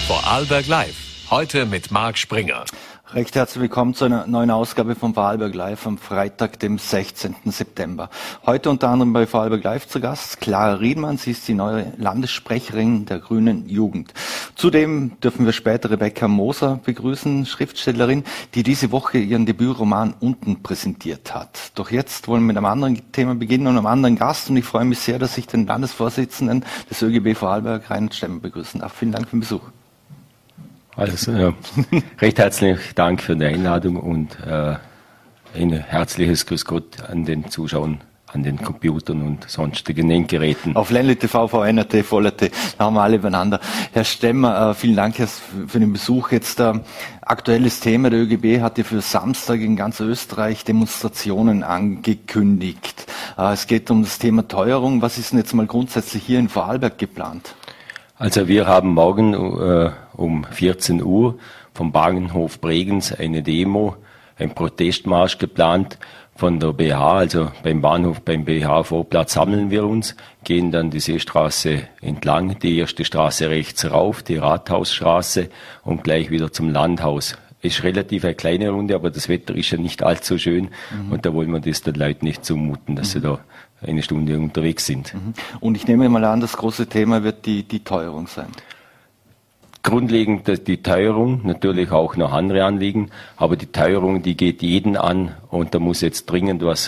Vorarlberg Live. Heute mit Marc Springer. Recht herzlich willkommen zu einer neuen Ausgabe von Vorarlberg Live am Freitag, dem 16. September. Heute unter anderem bei Vorarlberg Live zu Gast Clara Riedmann. Sie ist die neue Landessprecherin der Grünen Jugend. Zudem dürfen wir später Rebecca Moser begrüßen, Schriftstellerin, die diese Woche ihren Debütroman Unten präsentiert hat. Doch jetzt wollen wir mit einem anderen Thema beginnen und einem anderen Gast. Und ich freue mich sehr, dass ich den Landesvorsitzenden des ÖGB Vorarlberg, Reinhard Stemmer, begrüßen darf. Vielen Dank für den Besuch. Also, recht herzlichen Dank für die Einladung und ein herzliches Grüß Gott an den Zuschauern, an den Computern und sonstigen Endgeräten. Auf Ländle TV, VNRT, Voll.at, da haben wir alle beieinander. Herr Stemmer, vielen Dank für den Besuch. Jetzt aktuelles Thema, der ÖGB hat ja für Samstag in ganz Österreich Demonstrationen angekündigt. Es geht um das Thema Teuerung. Was ist denn jetzt mal grundsätzlich hier in Vorarlberg geplant? Also wir haben morgen um 14 Uhr vom Bahnhof Bregenz eine Demo, ein Protestmarsch geplant von der BH, also beim Bahnhof, beim BH-Vorplatz sammeln wir uns, gehen dann die Seestraße entlang, die erste Straße rechts rauf, die Rathausstraße und gleich wieder zum Landhaus. Ist relativ eine kleine Runde, aber das Wetter ist ja nicht allzu schön und da wollen wir das den Leuten nicht zumuten, dass sie da eine Stunde unterwegs sind. Und ich nehme mal an, das große Thema wird die Teuerung sein. Grundlegend die Teuerung, natürlich auch noch andere Anliegen, aber die Teuerung, die geht jeden an und da muss jetzt dringend was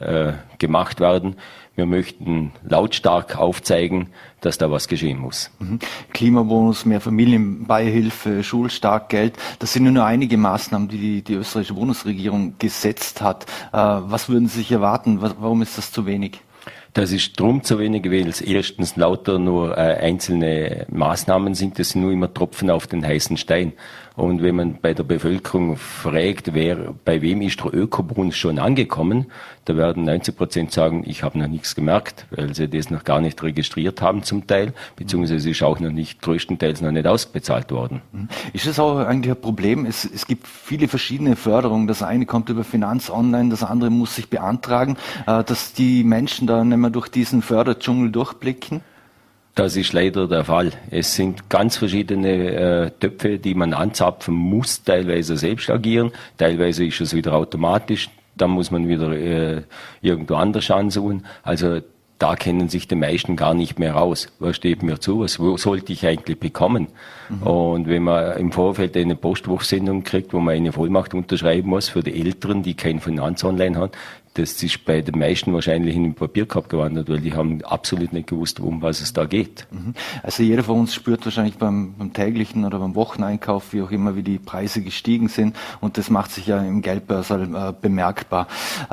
gemacht werden. Wir möchten lautstark aufzeigen, dass da was geschehen muss. Klimabonus, mehr Familienbeihilfe, Schulstarkgeld, das sind nur einige Maßnahmen, die die österreichische Bundesregierung gesetzt hat. Was würden Sie sich erwarten? Warum ist das zu wenig? Das ist drum zu wenig, weil es erstens lauter nur einzelne Maßnahmen sind. Das sind nur immer Tropfen auf den heißen Stein. Und wenn man bei der Bevölkerung fragt, bei wem ist der Ökobonus schon angekommen, da werden 90% sagen, ich habe noch nichts gemerkt, weil sie das noch gar nicht registriert haben zum Teil, beziehungsweise ist auch noch nicht, größtenteils noch nicht ausbezahlt worden. Ist das auch eigentlich ein Problem? Es gibt viele verschiedene Förderungen. Das eine kommt über Finanz Online, das andere muss sich beantragen, dass die Menschen da nicht mehr durch diesen Förderdschungel durchblicken? Das ist leider der Fall. Es sind ganz verschiedene Töpfe, die man anzapfen muss, teilweise selbst agieren, teilweise ist es wieder automatisch, dann muss man wieder irgendwo anders ansuchen. Also da kennen sich die meisten gar nicht mehr raus. Was steht mir zu? Was sollte ich eigentlich bekommen? Und wenn man im Vorfeld eine Postwurfsendung kriegt, wo man eine Vollmacht unterschreiben muss für die Älteren, die kein Finanz online haben, das ist bei den meisten wahrscheinlich in den Papierkorb gewandert, weil die haben absolut nicht gewusst, um was es da geht. Also jeder von uns spürt wahrscheinlich beim täglichen oder beim Wocheneinkauf, wie auch immer, wie die Preise gestiegen sind und das macht sich ja im Geldbörsal bemerkbar.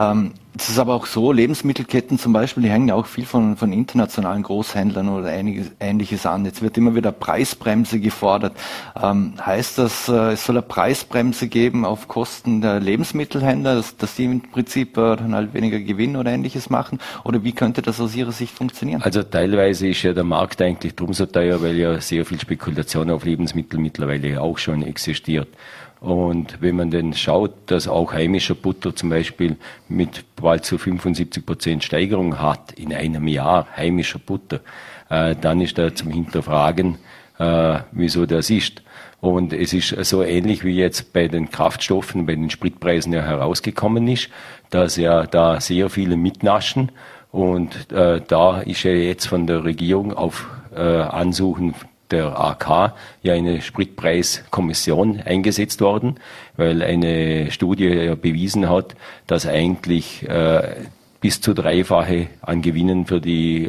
Es ist aber auch so, Lebensmittelketten zum Beispiel, die hängen ja auch viel von internationalen Großhändlern oder Ähnliches an. Jetzt wird immer wieder Preisbremse gefordert. Heißt das, es soll eine Preisbremse geben auf Kosten der Lebensmittelhändler, dass die im Prinzip dann halt weniger Gewinn oder Ähnliches machen? Oder wie könnte das aus Ihrer Sicht funktionieren? Also teilweise ist ja der Markt eigentlich drum so teuer, weil ja sehr viel Spekulation auf Lebensmittel mittlerweile auch schon existiert. Und wenn man dann schaut, dass auch heimischer Butter zum Beispiel mit bald zu 75% Steigerung hat in einem Jahr, heimischer Butter, dann ist da zum Hinterfragen, wieso das ist. Und es ist so ähnlich wie jetzt bei den Kraftstoffen, bei den Spritpreisen ja herausgekommen ist, dass ja da sehr viele mitnaschen. Und da ist ja jetzt von der Regierung auf Ansuchen der AK ja eine Spritpreiskommission eingesetzt worden, weil eine Studie ja bewiesen hat, dass eigentlich bis zu dreifache an Gewinnen für die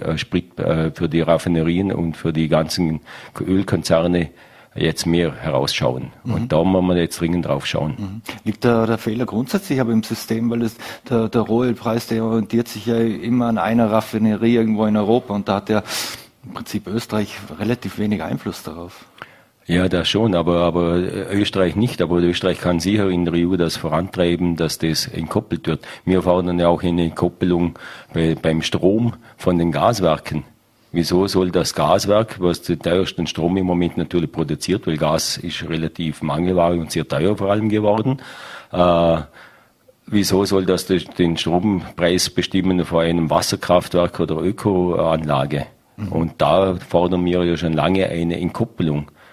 für die Raffinerien und für die ganzen Ölkonzerne jetzt mehr herausschauen. Und da muss man jetzt dringend drauf schauen. Liegt da der Fehler grundsätzlich aber im System, weil der Rohölpreis, der orientiert sich ja immer an einer Raffinerie irgendwo in Europa und da hat ja im Prinzip Österreich relativ wenig Einfluss darauf. Ja, das schon, aber Österreich nicht. Aber Österreich kann sicher in der EU das vorantreiben, dass das entkoppelt wird. Wir fordern ja auch eine Entkoppelung beim Strom von den Gaswerken. Wieso soll das Gaswerk, was den teuersten Strom im Moment natürlich produziert, weil Gas ist relativ Mangelware und sehr teuer vor allem geworden, wieso soll das den Strompreis bestimmen vor einem Wasserkraftwerk oder Ökoanlage? Und da fordern wir ja schon lange eine Entkoppelung.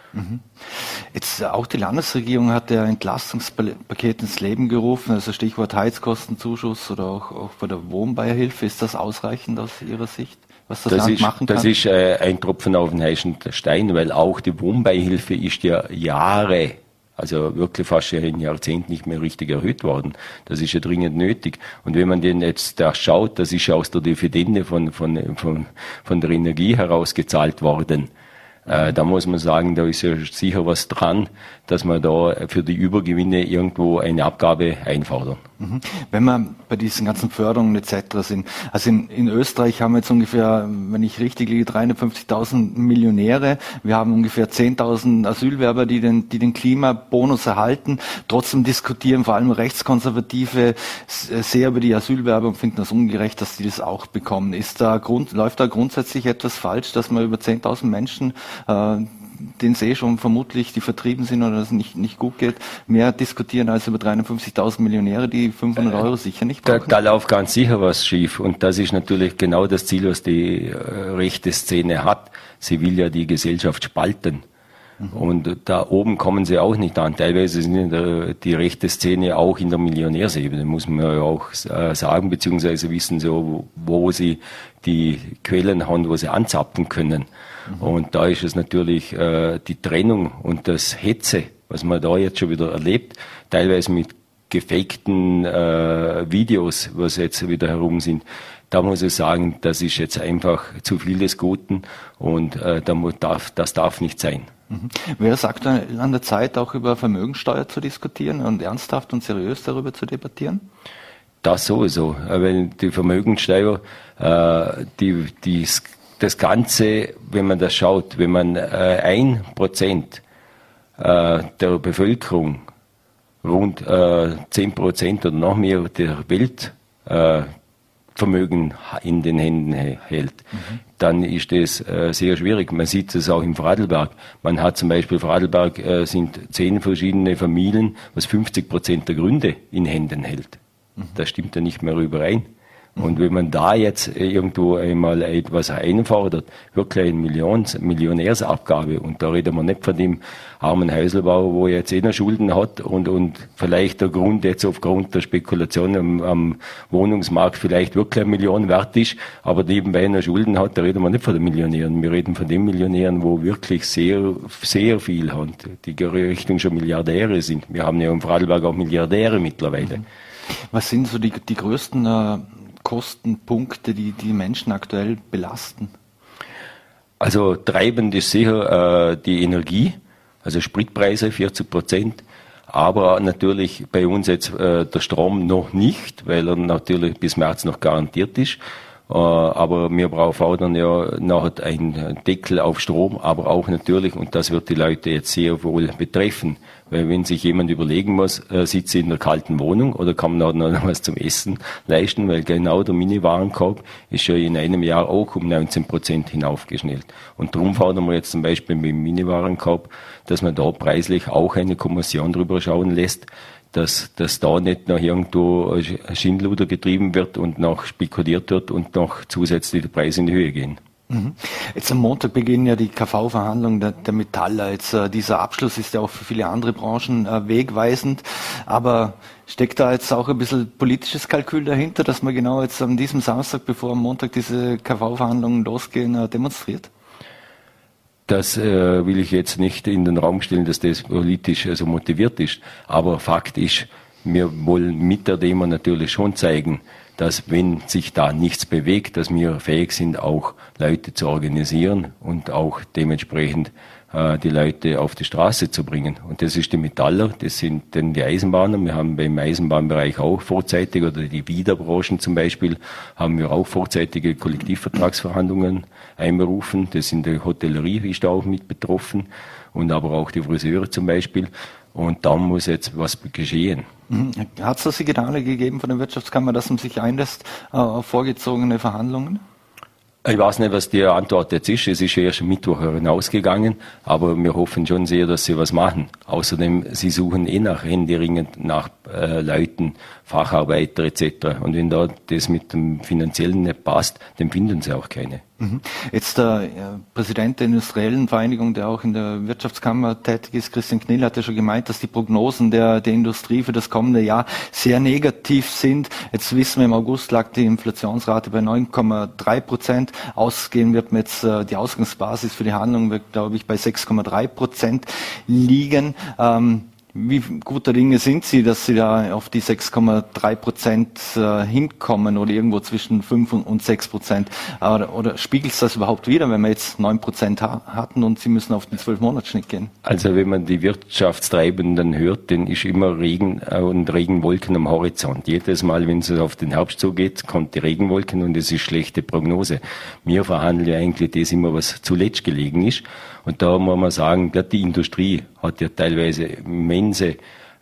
Jetzt auch die Landesregierung hat ja Entlastungspaket ins Leben gerufen, also Stichwort Heizkostenzuschuss oder auch bei der Wohnbeihilfe. Ist das ausreichend aus Ihrer Sicht, was das Land machen kann? Das ist ein Tropfen auf den heißen Stein, weil auch die Wohnbeihilfe ist ja Jahre, also wirklich fast ein Jahrzehnt nicht mehr richtig erhöht worden. Das ist ja dringend nötig. Und wenn man den jetzt da schaut, das ist ja aus der Dividende von der Energie herausgezahlt worden. Da muss man sagen, da ist ja sicher was dran, dass man da für die Übergewinne irgendwo eine Abgabe einfordern. Wenn wir bei diesen ganzen Förderungen etc. sind, also in Österreich haben wir jetzt ungefähr, wenn ich richtig liege, 350.000 Millionäre. Wir haben ungefähr 10.000 Asylwerber, die den Klimabonus erhalten. Trotzdem diskutieren vor allem Rechtskonservative sehr über die Asylwerber und finden das ungerecht, dass die das auch bekommen. Läuft da grundsätzlich etwas falsch, dass man über 10.000 Menschen, denen es schon vermutlich die vertrieben sind oder es nicht gut geht, mehr diskutieren als über 350.000 Millionäre, die 500 Euro sicher nicht brauchen? Da läuft ganz sicher was schief. Und das ist natürlich genau das Ziel, was die rechte Szene hat. Sie will ja die Gesellschaft spalten. Und da oben kommen sie auch nicht an. Teilweise sind die rechte Szene auch in der Millionärsebene, muss man ja auch sagen, beziehungsweise wissen sie, wo sie die Quellen haben, wo sie anzapfen können. Und da ist es natürlich die Trennung und das Hetze, was man da jetzt schon wieder erlebt, teilweise mit gefakten Videos, was jetzt wieder herum sind. Da muss ich sagen, das ist jetzt einfach zu viel des Guten und das darf nicht sein. Wäre es aktuell an der Zeit, auch über Vermögensteuer zu diskutieren und ernsthaft und seriös darüber zu debattieren? Das sowieso, weil die Vermögensteuer, das Ganze, wenn man das schaut, wenn man 1% der Bevölkerung rund 10% oder noch mehr der Weltvermögen in den Händen hält, dann ist das sehr schwierig. Man sieht es auch im Vorarlberg. Man hat zum Beispiel, Vorarlberg sind 10 verschiedene Familien, was 50% der Gründe in Händen hält. Das stimmt ja nicht mehr überein. Und wenn man da jetzt irgendwo einmal etwas einfordert, wirklich eine Millionärsabgabe, und da reden wir nicht von dem armen Häuselbauer, wo jetzt noch Schulden hat und vielleicht der Grund jetzt aufgrund der Spekulation am Wohnungsmarkt vielleicht wirklich 1 Million wert ist, aber nebenbei noch Schulden hat, da reden wir nicht von den Millionären. Wir reden von den Millionären, wo wirklich sehr, sehr viel haben, die Richtung schon Milliardäre sind. Wir haben ja im Vorarlberg auch Milliardäre mittlerweile. Was sind so die größten Kostenpunkte, die Menschen aktuell belasten? Also treibend ist sicher die Energie, also Spritpreise 40%, aber natürlich bei uns jetzt der Strom noch nicht, weil er natürlich bis März noch garantiert ist. Aber wir fordern ja nachher einen Deckel auf Strom, aber auch natürlich, und das wird die Leute jetzt sehr wohl betreffen, weil wenn sich jemand überlegen muss, sitzt sie in der kalten Wohnung oder kann man noch was zum Essen leisten, weil genau der Mini-Warenkorb ist ja in einem Jahr auch um 19% hinaufgeschnellt. Und darum fordern wir jetzt zum Beispiel mit dem Mini-Warenkorb, dass man da preislich auch eine Kommission drüber schauen lässt, dass da nicht noch irgendwo Schindluder getrieben wird und noch spekuliert wird und noch zusätzlich die Preise in die Höhe gehen. Jetzt am Montag beginnen ja die KV-Verhandlungen der Metaller. Jetzt dieser Abschluss ist ja auch für viele andere Branchen wegweisend, aber steckt da jetzt auch ein bisschen politisches Kalkül dahinter, dass man genau jetzt an diesem Samstag, bevor am Montag diese KV-Verhandlungen losgehen, demonstriert? Das will ich jetzt nicht in den Raum stellen, dass das politisch also motiviert ist. Aber Fakt ist, wir wollen mit der Demo natürlich schon zeigen, dass wenn sich da nichts bewegt, dass wir fähig sind, auch Leute zu organisieren und auch dementsprechend die Leute auf die Straße zu bringen. Und das ist die Metaller, das sind dann die Eisenbahner. Wir haben beim Eisenbahnbereich auch vorzeitig, oder die Wiederbranchen zum Beispiel, haben wir auch vorzeitige Kollektivvertragsverhandlungen einberufen. Das in der Hotellerie ist da auch mit betroffen und aber auch die Friseure zum Beispiel. Und da muss jetzt was geschehen. Hat es da Signale gegeben von der Wirtschaftskammer, dass man sich einlässt auf vorgezogene Verhandlungen? Ich weiß nicht, was die Antwort jetzt ist. Es ist ja erst am Mittwoch hinausgegangen, aber wir hoffen schon sehr, dass sie was machen. Außerdem, sie suchen nach händeringend nach Leuten, Facharbeiter etc. Und wenn da das mit dem Finanziellen nicht passt, dann finden sie auch keine. Jetzt der Präsident der Industriellen Vereinigung, der auch in der Wirtschaftskammer tätig ist, Christian Knill, hat ja schon gemeint, dass die Prognosen der Industrie für das kommende Jahr sehr negativ sind. Jetzt wissen wir, im August lag die Inflationsrate bei 9,3%. Ausgehen wird man jetzt, die Ausgangsbasis für die Handlung wird, glaube ich, bei 6,3% liegen. Wie guter Dinge sind Sie, dass Sie da auf die 6,3% hinkommen oder irgendwo zwischen 5 und 6%? Oder spiegelt es das überhaupt wider, wenn wir jetzt 9% hatten und Sie müssen auf den 12-Monats-Schnitt gehen? Also wenn man die Wirtschaftstreibenden hört, dann ist immer Regen und Regenwolken am Horizont. Jedes Mal, wenn es auf den Herbst zugeht, kommt die Regenwolken und es ist schlechte Prognose. Wir verhandeln ja eigentlich das immer, was zuletzt gelegen ist. Und da muss man sagen, die Industrie hat ja teilweise immense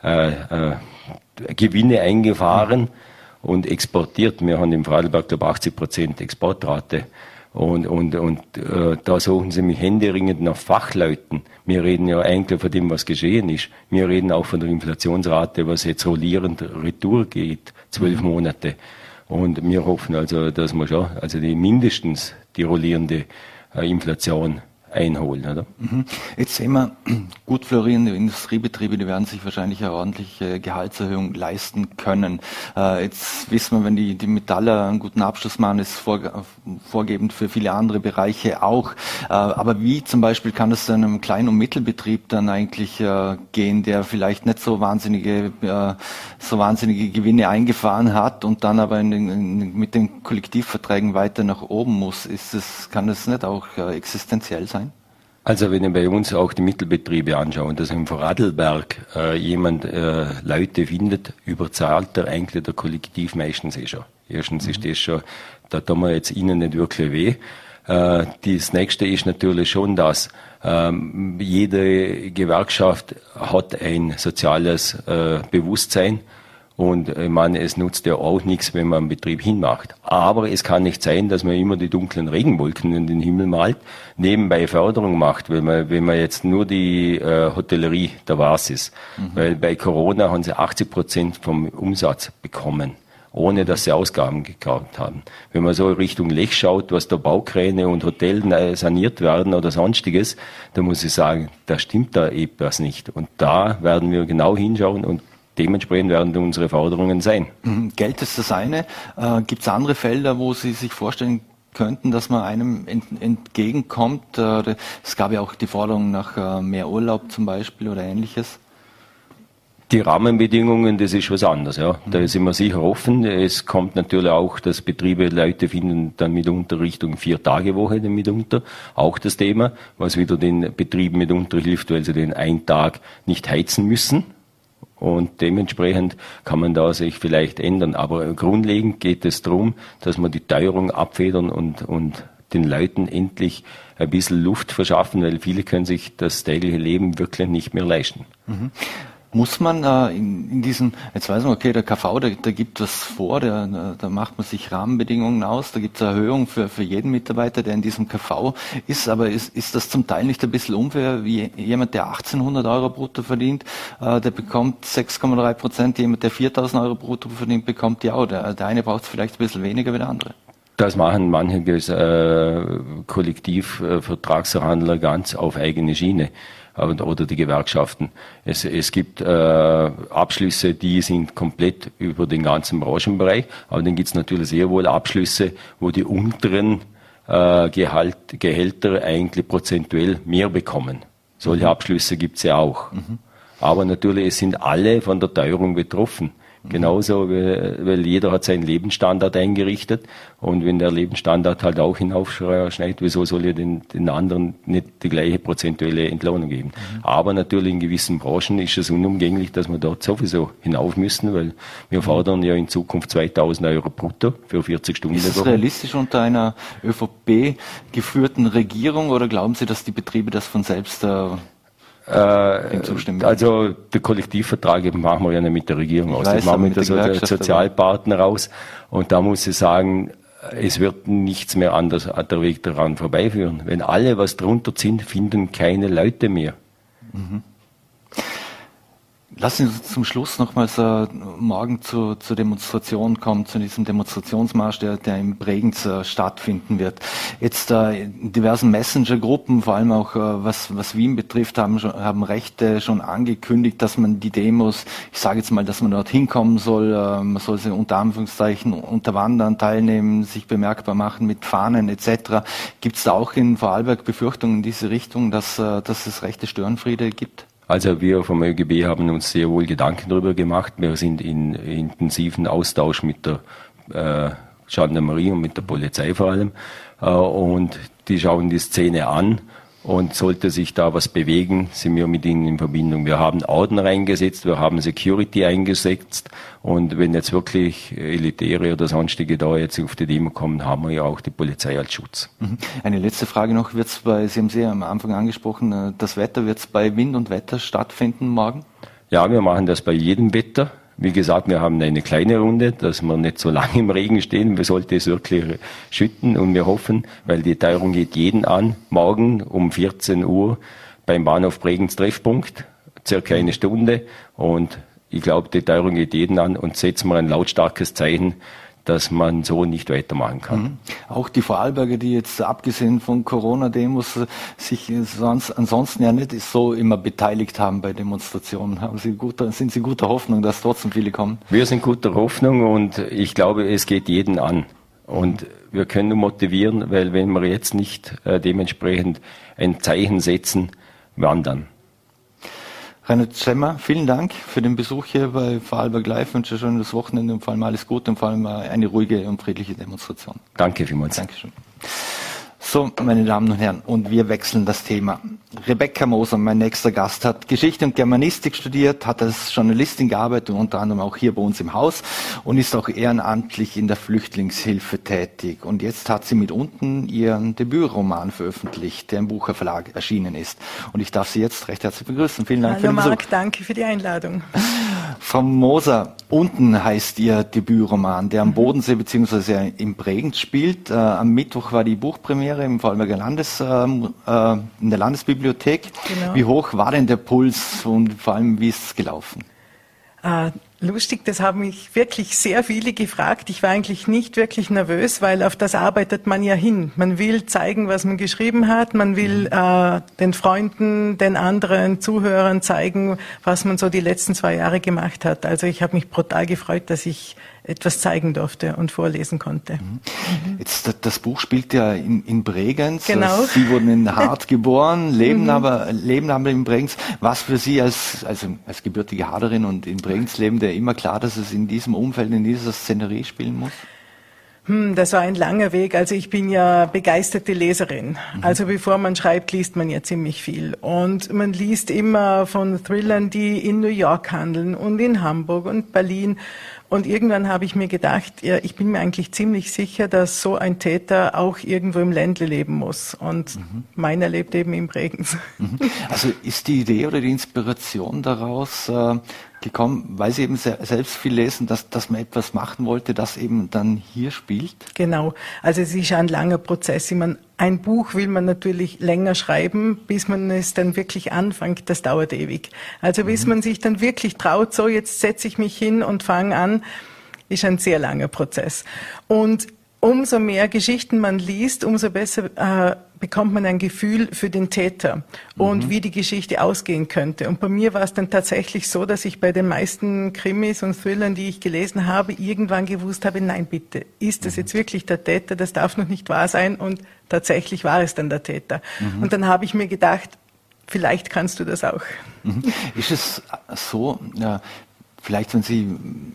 Gewinne eingefahren und exportiert. Wir haben im Vorarlberg, glaube ich, 80% Exportrate. Und da suchen sie mich händeringend nach Fachleuten. Wir reden ja eigentlich von dem, was geschehen ist. Wir reden auch von der Inflationsrate, was jetzt rollierend retour geht, 12 Monate. Und wir hoffen also, dass wir schon, also mindestens die rollierende Inflation einholen, oder? Jetzt sehen wir, gut florierende Industriebetriebe, die werden sich wahrscheinlich eine ordentliche Gehaltserhöhung leisten können. Jetzt wissen wir, wenn die Metaller einen guten Abschluss machen, ist vorgebend für viele andere Bereiche auch. Aber wie zum Beispiel kann das einem Klein- und Mittelbetrieb dann eigentlich gehen, der vielleicht nicht so wahnsinnige Gewinne eingefahren hat und dann aber mit den Kollektivverträgen weiter nach oben muss? Kann das nicht auch existenziell sein? Also wenn ich bei uns auch die Mittelbetriebe anschaue, dass im Vorarlberg jemand Leute findet, überzahlt er eigentlich der Kollektiv meistens schon. Erstens ist das schon, da tun wir jetzt ihnen nicht wirklich weh. Das nächste ist natürlich schon, dass jede Gewerkschaft hat ein soziales Bewusstsein. Und ich meine, es nutzt ja auch nichts, wenn man einen Betrieb hinmacht. Aber es kann nicht sein, dass man immer die dunklen Regenwolken in den Himmel malt, nebenbei Förderung macht, wenn man jetzt nur die Hotellerie der Basis. Weil bei Corona haben sie 80% vom Umsatz bekommen, ohne dass sie Ausgaben gekauft haben. Wenn man so Richtung Lech schaut, was da Baukräne und Hotels saniert werden oder sonstiges, da muss ich sagen, da stimmt da etwas nicht. Und da werden wir genau hinschauen und dementsprechend werden unsere Forderungen sein. Geld ist das eine. Gibt es andere Felder, wo Sie sich vorstellen könnten, dass man einem entgegenkommt? Es gab ja auch die Forderung nach mehr Urlaub zum Beispiel oder Ähnliches. Die Rahmenbedingungen, das ist was anderes, ja. Da sind wir sicher offen. Es kommt natürlich auch, dass Betriebe Leute finden dann mitunter Richtung 4-Tage-Woche mitunter. Auch das Thema, was wieder den Betrieben mitunter hilft, weil sie den einen Tag nicht heizen müssen. Und dementsprechend kann man da sich vielleicht ändern. Aber grundlegend geht es darum, dass wir die Teuerung abfedern und den Leuten endlich ein bisschen Luft verschaffen, weil viele können sich das tägliche Leben wirklich nicht mehr leisten. Muss man in diesem, jetzt weiß man, okay, der KV, der gibt was vor, da macht man sich Rahmenbedingungen aus, da gibt es eine Erhöhung für jeden Mitarbeiter, der in diesem KV ist, aber ist das zum Teil nicht ein bisschen unfair, wie jemand, der 1.800 Euro brutto verdient, der bekommt 6,3%, jemand, der 4.000 Euro brutto verdient, bekommt ja auch, der eine braucht es vielleicht ein bisschen weniger wie der andere. Das machen manche Kollektivvertragsverhandler ganz auf eigene Schiene oder die Gewerkschaften. Es gibt Abschlüsse, die sind komplett über den ganzen Branchenbereich, aber dann gibt es natürlich sehr wohl Abschlüsse, wo die unteren Gehälter eigentlich prozentuell mehr bekommen. Solche Abschlüsse gibt es ja auch. Aber natürlich, es sind alle von der Teuerung betroffen. Genauso, weil jeder hat seinen Lebensstandard eingerichtet und wenn der Lebensstandard halt auch hinaufschneidet, wieso soll ich den anderen nicht die gleiche prozentuelle Entlohnung geben? Aber natürlich in gewissen Branchen ist es unumgänglich, dass wir dort sowieso hinauf müssen, weil wir fordern ja in Zukunft 2.000 Euro brutto für 40 Stunden. Ist das realistisch unter einer ÖVP-geführten Regierung oder glauben Sie, dass die Betriebe das von selbst also der Kollektivvertrag machen wir ja nicht mit der Regierung aus, das machen wir mit der Sozialpartner aus und da muss ich sagen, es wird nichts mehr anders an der Weg daran vorbeiführen. Wenn alle was drunter sind, finden keine Leute mehr. Lassen Sie uns zum Schluss nochmals morgen zur Demonstration kommen, zu diesem Demonstrationsmarsch, der in Bregenz stattfinden wird. Jetzt in diversen Messenger-Gruppen, vor allem auch was Wien betrifft, haben Rechte schon angekündigt, dass man die Demos, ich sage jetzt mal, dass man dorthin kommen soll, man soll sie unter Anführungszeichen unterwandern, teilnehmen, sich bemerkbar machen mit Fahnen etc. Gibt es da auch in Vorarlberg Befürchtungen in diese Richtung, dass es rechte Störenfriede gibt? Also wir vom ÖGB haben uns sehr wohl Gedanken darüber gemacht. Wir sind in intensiven Austausch mit der Gendarmerie und mit der Polizei vor allem. Und die schauen die Szene an. Und sollte sich da was bewegen, sind wir mit ihnen in Verbindung. Wir haben Ordner eingesetzt, wir haben Security eingesetzt. Und wenn jetzt wirklich Elitäre oder sonstige da jetzt auf die Demo kommen, haben wir ja auch die Polizei als Schutz. Eine letzte Frage noch. Sie haben sehr am Anfang angesprochen, das Wetter, wird es bei Wind und Wetter stattfinden morgen? Ja, wir machen das bei jedem Wetter. Wie gesagt, wir haben eine kleine Runde, dass wir nicht so lange im Regen stehen. Wir sollten es wirklich schütten und wir hoffen, weil die Teuerung geht jeden an, morgen um 14 Uhr beim Bahnhof Bregenz Treffpunkt, circa eine Stunde. Und ich glaube, die Teuerung geht jeden an und setzen wir ein lautstarkes Zeichen, dass man so nicht weitermachen kann. Auch die Vorarlberger, die jetzt abgesehen von Corona-Demos sich ansonsten ja nicht so immer beteiligt haben bei Demonstrationen, sind Sie guter Hoffnung, dass trotzdem viele kommen? Wir sind guter Hoffnung und ich glaube, es geht jeden an. Und wir können nur motivieren, weil wenn wir jetzt nicht dementsprechend ein Zeichen setzen, wann dann? Reinhard Schemmer, vielen Dank für den Besuch hier bei Vorarlberg Live. Ich wünsche ein schönes Wochenende und vor allem alles Gute und vor allem eine ruhige und friedliche Demonstration. Danke vielmals. Dankeschön. So, meine Damen und Herren, und wir wechseln das Thema. Rebecca Moser, mein nächster Gast, hat Geschichte und Germanistik studiert, hat als Journalistin gearbeitet, unter anderem auch hier bei uns im Haus und ist auch ehrenamtlich in der Flüchtlingshilfe tätig. Und jetzt hat sie mit Unten ihren Debütroman veröffentlicht, der im Bucher Verlag erschienen ist. Und ich darf Sie jetzt recht herzlich begrüßen. Vielen Dank für den Besuch. Hallo Marc, danke für die Einladung. Frau Moser, Unten heißt Ihr Debütroman, der am Bodensee bzw. in Bregenz spielt. Am Mittwoch war die Buchpremiere im Vorarlberger in der Landesbibliothek. Genau. Wie hoch war denn der Puls und vor allem, wie ist es gelaufen? Lustig, das haben mich wirklich sehr viele gefragt. Ich war eigentlich nicht wirklich nervös, weil auf das arbeitet man ja hin. Man will zeigen, was man geschrieben hat. Man will den Freunden, den anderen Zuhörern zeigen, was man so die letzten 2 Jahre gemacht hat. Also ich habe mich brutal gefreut, dass ich etwas zeigen durfte und vorlesen konnte. Jetzt, das Buch spielt ja in Bregenz. Genau. Sie wurden in Hart geboren, leben aber in Bregenz. Was für Sie als gebürtige Haderin und in Bregenz lebende immer klar, dass es in diesem Umfeld, in dieser Szenerie spielen muss? Das war ein langer Weg. Also ich bin ja begeisterte Leserin. Also bevor man schreibt, liest man ja ziemlich viel. Und man liest immer von Thrillern, die in New York handeln und in Hamburg und Berlin. Und irgendwann habe ich mir gedacht, ja, ich bin mir eigentlich ziemlich sicher, dass so ein Täter auch irgendwo im Ländle leben muss. Und meiner lebt eben in Bregenz. Also ist die Idee oder die Inspiration daraus gekommen, weil Sie eben selbst viel lesen, dass man etwas machen wollte, das eben dann hier spielt? Genau. Also es ist ein langer Prozess. Ich meine, ein Buch will man natürlich länger schreiben, bis man es dann wirklich anfängt. Das dauert ewig. Also bis man sich dann wirklich traut, so jetzt setze ich mich hin und fange an, ist ein sehr langer Prozess. Und umso mehr Geschichten man liest, umso besser bekommt man ein Gefühl für den Täter und wie die Geschichte ausgehen könnte. Und bei mir war es dann tatsächlich so, dass ich bei den meisten Krimis und Thrillern, die ich gelesen habe, irgendwann gewusst habe, nein bitte, ist das jetzt wirklich der Täter? Das darf noch nicht wahr sein. Und tatsächlich war es dann der Täter. Und dann habe ich mir gedacht, vielleicht kannst du das auch. Ist es so, vielleicht wenn Sie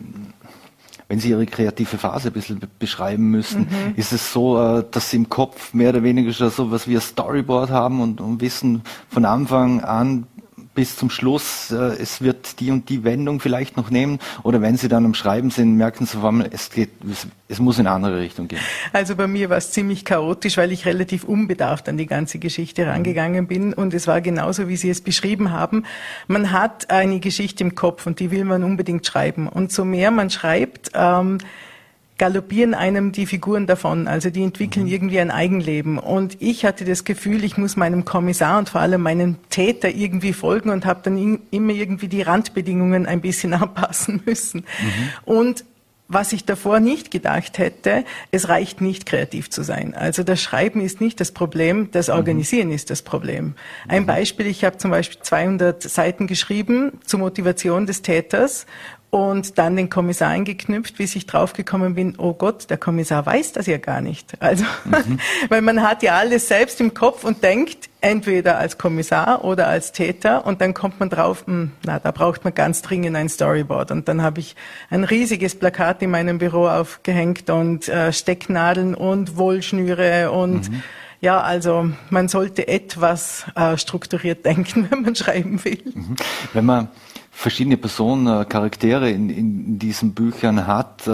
Ihre kreative Phase ein bisschen beschreiben müssten, ist es so, dass Sie im Kopf mehr oder weniger schon so was wie ein Storyboard haben und wissen von Anfang an bis zum Schluss, es wird die und die Wendung vielleicht noch nehmen, oder wenn Sie dann am Schreiben sind, merken Sie vor allem, es muss in eine andere Richtung gehen? Also bei mir war es ziemlich chaotisch, weil ich relativ unbedarft an die ganze Geschichte rangegangen bin, und es war genauso, wie Sie es beschrieben haben. Man hat eine Geschichte im Kopf und die will man unbedingt schreiben, und so mehr man schreibt, galoppieren einem die Figuren davon, also die entwickeln irgendwie ein Eigenleben. Und ich hatte das Gefühl, ich muss meinem Kommissar und vor allem meinem Täter irgendwie folgen und habe dann immer irgendwie die Randbedingungen ein bisschen anpassen müssen. Und was ich davor nicht gedacht hätte, es reicht nicht, kreativ zu sein. Also das Schreiben ist nicht das Problem, das Organisieren ist das Problem. Ein Beispiel, ich habe zum Beispiel 200 Seiten geschrieben zur Motivation des Täters und dann den Kommissar eingeknüpft, bis ich draufgekommen bin, oh Gott, der Kommissar weiß das ja gar nicht. Also, weil man hat ja alles selbst im Kopf und denkt, entweder als Kommissar oder als Täter und dann kommt man drauf, da braucht man ganz dringend ein Storyboard. Und dann habe ich ein riesiges Plakat in meinem Büro aufgehängt und Stecknadeln und Wollschnüre und ja, also man sollte etwas strukturiert denken, wenn man schreiben will. Wenn man verschiedene Personen, Charaktere in diesen Büchern hat,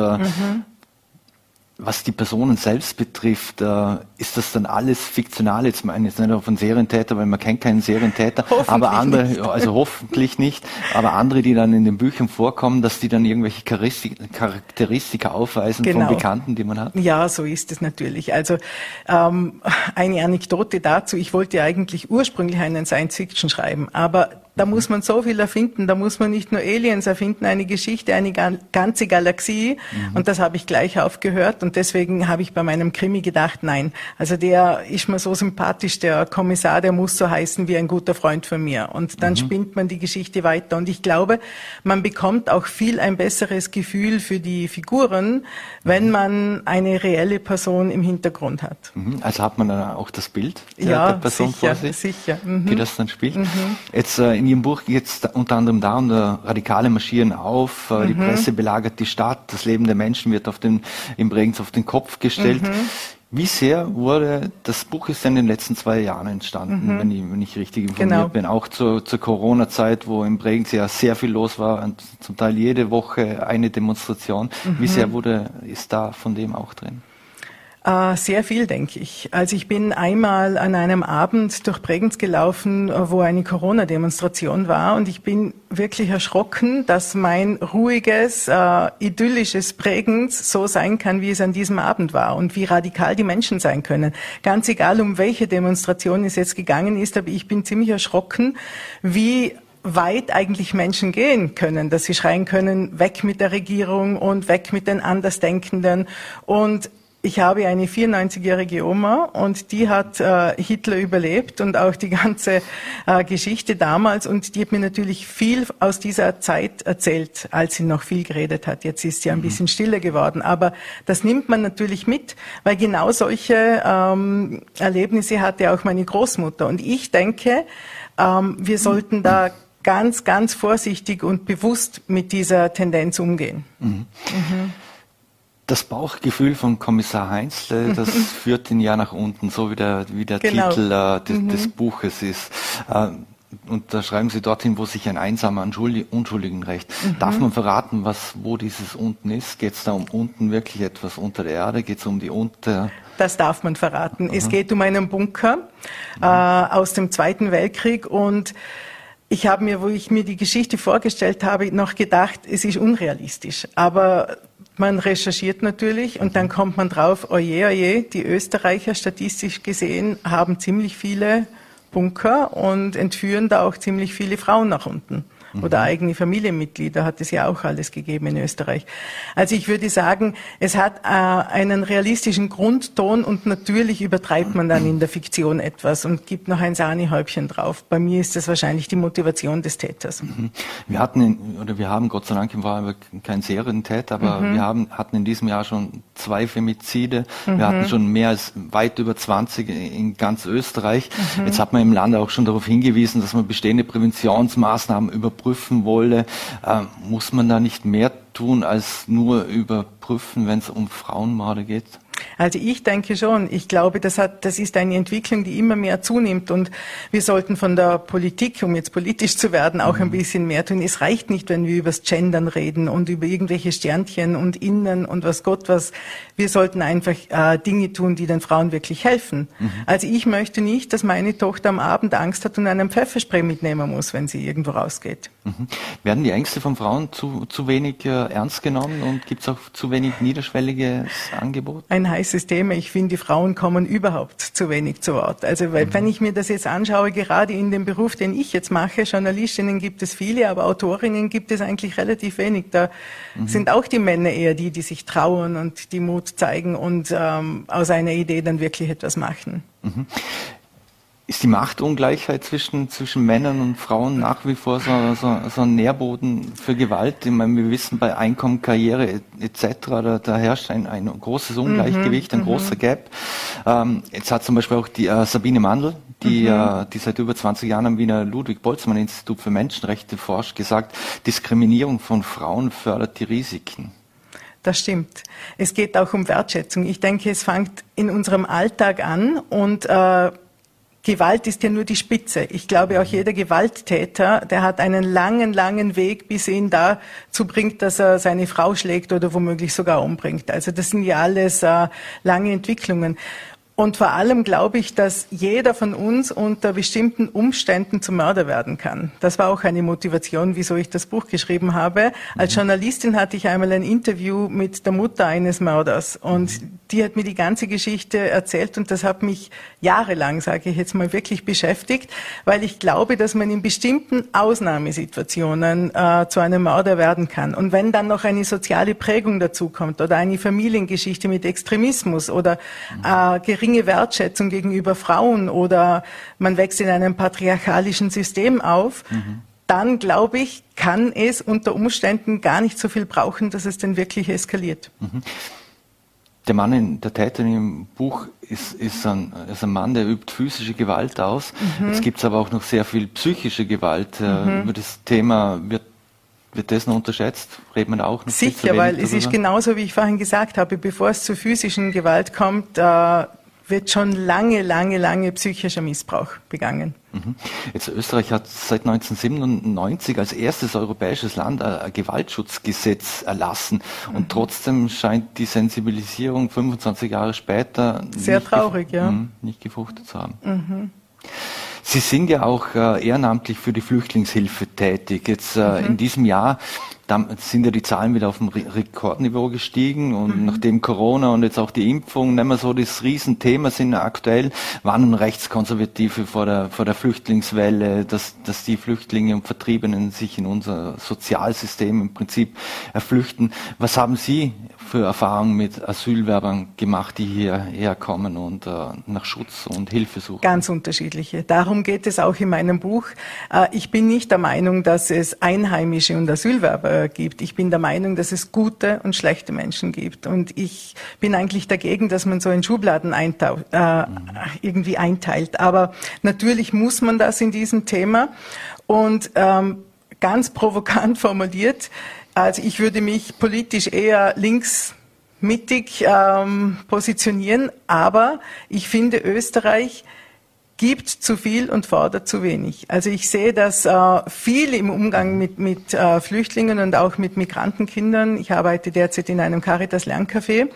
was die Personen selbst betrifft, ist das dann alles fiktional? Jetzt meine ich jetzt nicht auf einen Serientäter, weil man kennt keinen Serientäter, aber andere, nicht. Also hoffentlich nicht, aber andere, die dann in den Büchern vorkommen, dass die dann irgendwelche Charakteristika aufweisen von Bekannten, die man hat? Ja, so ist es natürlich. Also eine Anekdote dazu, ich wollte eigentlich ursprünglich einen Science-Fiction schreiben, aber da muss man so viel erfinden, da muss man nicht nur Aliens erfinden, eine Geschichte, eine ganze Galaxie und das habe ich gleich aufgehört und deswegen habe ich bei meinem Krimi gedacht, nein, also der ist mir so sympathisch, der Kommissar, der muss so heißen wie ein guter Freund von mir und dann spinnt man die Geschichte weiter und ich glaube, man bekommt auch viel ein besseres Gefühl für die Figuren, wenn man eine reelle Person im Hintergrund hat. Also hat man dann auch das Bild der Person sicher, vor sich, sicher. Die das dann spielt. Jetzt in Ihrem Buch geht es unter anderem darum, Radikale marschieren auf, die Presse belagert die Stadt, das Leben der Menschen wird im Bregenz auf den Kopf gestellt. Wie sehr wurde, das Buch ist ja in den letzten 2 Jahren entstanden, wenn ich richtig informiert bin, auch zur Corona-Zeit, wo im Bregenz ja sehr viel los war und zum Teil jede Woche eine Demonstration. Wie sehr ist da von dem auch drin? Sehr viel, denke ich. Also ich bin einmal an einem Abend durch Bregenz gelaufen, wo eine Corona-Demonstration war und ich bin wirklich erschrocken, dass mein ruhiges, idyllisches Bregenz so sein kann, wie es an diesem Abend war und wie radikal die Menschen sein können. Ganz egal, um welche Demonstration es jetzt gegangen ist, aber ich bin ziemlich erschrocken, wie weit eigentlich Menschen gehen können, dass sie schreien können, weg mit der Regierung und weg mit den Andersdenkenden. Und ich habe eine 94-jährige Oma und die hat Hitler überlebt und auch die ganze Geschichte damals und die hat mir natürlich viel aus dieser Zeit erzählt, als sie noch viel geredet hat. Jetzt ist sie ein bisschen stiller geworden, aber das nimmt man natürlich mit, weil genau solche Erlebnisse hatte auch meine Großmutter und ich denke, wir sollten da ganz, ganz vorsichtig und bewusst mit dieser Tendenz umgehen. Das Bauchgefühl von Kommissar Heinzle, das führt ihn ja nach unten, so wie der Titel des Buches ist. Und da schreiben Sie dorthin, wo sich ein einsamer Unschuldigen rächt. Darf man verraten, wo dieses unten ist? Geht es da um unten wirklich etwas unter der Erde? Geht es um die Das darf man verraten. Es geht um einen Bunker aus dem Zweiten Weltkrieg und ich habe mir, wo ich mir die Geschichte vorgestellt habe, noch gedacht, es ist unrealistisch. Aber man recherchiert natürlich und dann kommt man drauf, oje, die Österreicher statistisch gesehen haben ziemlich viele Bunker und entführen da auch ziemlich viele Frauen nach unten. Oder eigene Familienmitglieder hat es ja auch alles gegeben in Österreich. Also ich würde sagen, es hat einen realistischen Grundton und natürlich übertreibt man dann in der Fiktion etwas und gibt noch ein Sahnehäubchen drauf. Bei mir ist das wahrscheinlich die Motivation des Täters. Wir haben Gott sei Dank im Fall keinen Serientäter, aber wir hatten in diesem Jahr schon 2 Femizide. Wir hatten schon mehr als weit über 20 in ganz Österreich. Jetzt hat man im Land auch schon darauf hingewiesen, dass man bestehende Präventionsmaßnahmen überprüfen wolle. Muss man da nicht mehr tun, als nur überprüfen, wenn es um Frauenmorde geht? Also ich denke schon. Ich glaube, das ist eine Entwicklung, die immer mehr zunimmt und wir sollten von der Politik, um jetzt politisch zu werden, auch ein bisschen mehr tun. Es reicht nicht, wenn wir über das Gendern reden und über irgendwelche Sternchen und Innen und was Gott was. Wir sollten einfach Dinge tun, die den Frauen wirklich helfen. Also ich möchte nicht, dass meine Tochter am Abend Angst hat und einen Pfefferspray mitnehmen muss, wenn sie irgendwo rausgeht. Werden die Ängste von Frauen zu wenig ernst genommen und gibt es auch zu wenig niederschwelliges Angebot? Ein heißes Thema. Ich finde, die Frauen kommen überhaupt zu wenig zu Wort. Also wenn ich mir das jetzt anschaue, gerade in dem Beruf, den ich jetzt mache, Journalistinnen gibt es viele, aber Autorinnen gibt es eigentlich relativ wenig. Da sind auch die Männer eher die sich trauen und die Mut zeigen und aus einer Idee dann wirklich etwas machen. Ist die Machtungleichheit zwischen Männern und Frauen nach wie vor so ein Nährboden für Gewalt? Ich meine, wir wissen, bei Einkommen, Karriere etc., da herrscht ein großes Ungleichgewicht, ein großer Gap. Jetzt hat zum Beispiel auch die Sabine Mandl, die seit über 20 Jahren am Wiener Ludwig-Boltzmann-Institut für Menschenrechte forscht, gesagt, Diskriminierung von Frauen fördert die Risiken. Das stimmt. Es geht auch um Wertschätzung. Ich denke, es fängt in unserem Alltag an und Gewalt ist ja nur die Spitze. Ich glaube, auch jeder Gewalttäter, der hat einen langen, langen Weg, bis er ihn dazu bringt, dass er seine Frau schlägt oder womöglich sogar umbringt. Also das sind ja alles lange Entwicklungen. Und vor allem glaube ich, dass jeder von uns unter bestimmten Umständen zum Mörder werden kann. Das war auch eine Motivation, wieso ich das Buch geschrieben habe. Als Journalistin hatte ich einmal ein Interview mit der Mutter eines Mörders und die hat mir die ganze Geschichte erzählt und das hat mich jahrelang, sage ich jetzt mal, wirklich beschäftigt, weil ich glaube, dass man in bestimmten Ausnahmesituationen zu einem Mörder werden kann. Und wenn dann noch eine soziale Prägung dazukommt oder eine Familiengeschichte mit Extremismus oder geringe Wertschätzung gegenüber Frauen oder man wächst in einem patriarchalischen System auf, dann glaube ich, kann es unter Umständen gar nicht so viel brauchen, dass es dann wirklich eskaliert. Der Mann, der Täter im Buch ist ein Mann, der übt physische Gewalt aus. Jetzt gibt es aber auch noch sehr viel psychische Gewalt. Über das Thema wird das noch unterschätzt? Redet man da auch noch sicher, weil es ist genauso, wie ich vorhin gesagt habe, bevor es zur physischen Gewalt kommt, wird schon lange psychischer Missbrauch begangen. Jetzt Österreich hat seit 1997 als erstes europäisches Land ein Gewaltschutzgesetz erlassen und trotzdem scheint die Sensibilisierung 25 Jahre später sehr traurig, nicht gefruchtet zu haben. Sie sind ja auch ehrenamtlich für die Flüchtlingshilfe tätig. Jetzt in diesem Jahr sind ja die Zahlen wieder auf dem Rekordniveau gestiegen und nachdem Corona und jetzt auch die Impfung nicht mehr so das Riesenthema sind aktuell, warnen Rechtskonservative vor der Flüchtlingswelle, dass die Flüchtlinge und Vertriebenen sich in unser Sozialsystem im Prinzip flüchten. Was haben Sie für Erfahrungen mit Asylwerbern gemacht, die hierher kommen und nach Schutz und Hilfe suchen? Ganz unterschiedliche. Darum geht es auch in meinem Buch. Ich bin nicht der Meinung, dass es Einheimische und Asylwerber gibt. Ich bin der Meinung, dass es gute und schlechte Menschen gibt. Und ich bin eigentlich dagegen, dass man so in Schubladen irgendwie einteilt. Aber natürlich muss man das in diesem Thema. Und ganz provokant formuliert, also ich würde mich politisch eher linksmittig positionieren, aber ich finde, Österreich gibt zu viel und fordert zu wenig. Also ich sehe das viel im Umgang mit Flüchtlingen und auch mit Migrantenkindern. Ich arbeite derzeit in einem Caritas-Lerncafé.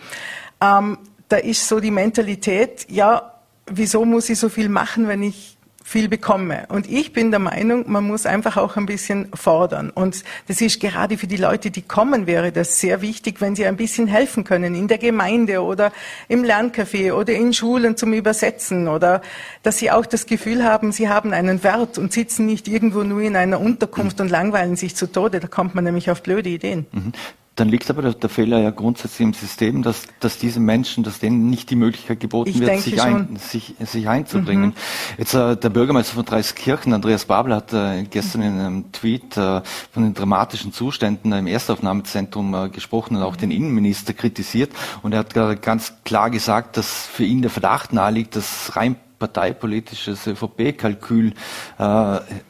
Da ist so die Mentalität, ja, wieso muss ich so viel machen, wenn ich viel bekomme? Und ich bin der Meinung, man muss einfach auch ein bisschen fordern. Und das ist gerade für die Leute, die kommen, wäre das sehr wichtig, wenn sie ein bisschen helfen können in der Gemeinde oder im Lerncafé oder in Schulen zum Übersetzen oder dass sie auch das Gefühl haben, sie haben einen Wert und sitzen nicht irgendwo nur in einer Unterkunft und langweilen sich zu Tode. Da kommt man nämlich auf blöde Ideen. Dann liegt aber der Fehler ja grundsätzlich im System, dass diese Menschen, dass denen nicht die Möglichkeit geboten wird, sich einzubringen. Jetzt der Bürgermeister von Dreiskirchen, Andreas Babel, hat gestern in einem Tweet von den dramatischen Zuständen im Erstaufnahmezentrum gesprochen und auch den Innenminister kritisiert. Und er hat ganz klar gesagt, dass für ihn der Verdacht naheliegt, dass rein parteipolitisches ÖVP-Kalkül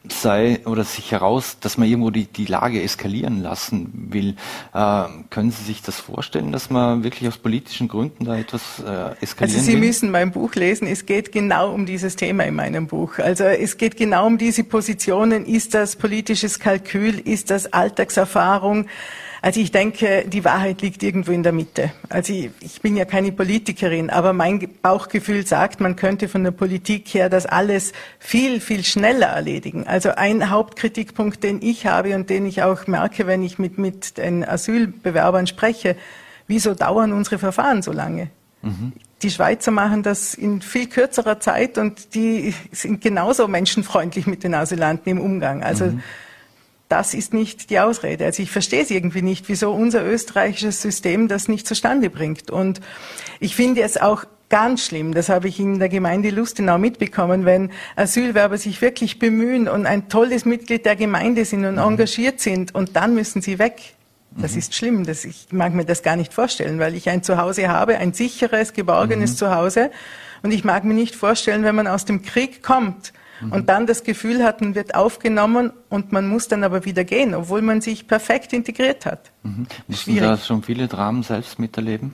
sei oder sich heraus, dass man irgendwo die Lage eskalieren lassen will. Können Sie sich das vorstellen, dass man wirklich aus politischen Gründen da etwas eskalieren will? Also Sie müssen mein Buch lesen. Es geht genau um dieses Thema in meinem Buch. Also es geht genau um diese Positionen. Ist das politisches Kalkül? Ist das Alltagserfahrung? Also ich denke, die Wahrheit liegt irgendwo in der Mitte. Also ich bin ja keine Politikerin, aber mein Bauchgefühl sagt, man könnte von der Politik her das alles viel, viel schneller erledigen. Also ein Hauptkritikpunkt, den ich habe und den ich auch merke, wenn ich mit den Asylbewerbern spreche, wieso dauern unsere Verfahren so lange? Mhm. Die Schweizer machen das in viel kürzerer Zeit und die sind genauso menschenfreundlich mit den Asylanten im Umgang. Also das ist nicht die Ausrede. Also ich verstehe es irgendwie nicht, wieso unser österreichisches System das nicht zustande bringt. Und ich finde es auch ganz schlimm, das habe ich in der Gemeinde Lustenau mitbekommen, wenn Asylwerber sich wirklich bemühen und ein tolles Mitglied der Gemeinde sind und engagiert sind und dann müssen sie weg. Das ist schlimm. Ich mag mir das gar nicht vorstellen, weil ich ein Zuhause habe, ein sicheres, geborgenes Zuhause. Und ich mag mir nicht vorstellen, wenn man aus dem Krieg kommt und dann das Gefühl hat, man wird aufgenommen und man muss dann aber wieder gehen, obwohl man sich perfekt integriert hat. Mussten Sie da schon viele Dramen selbst miterleben?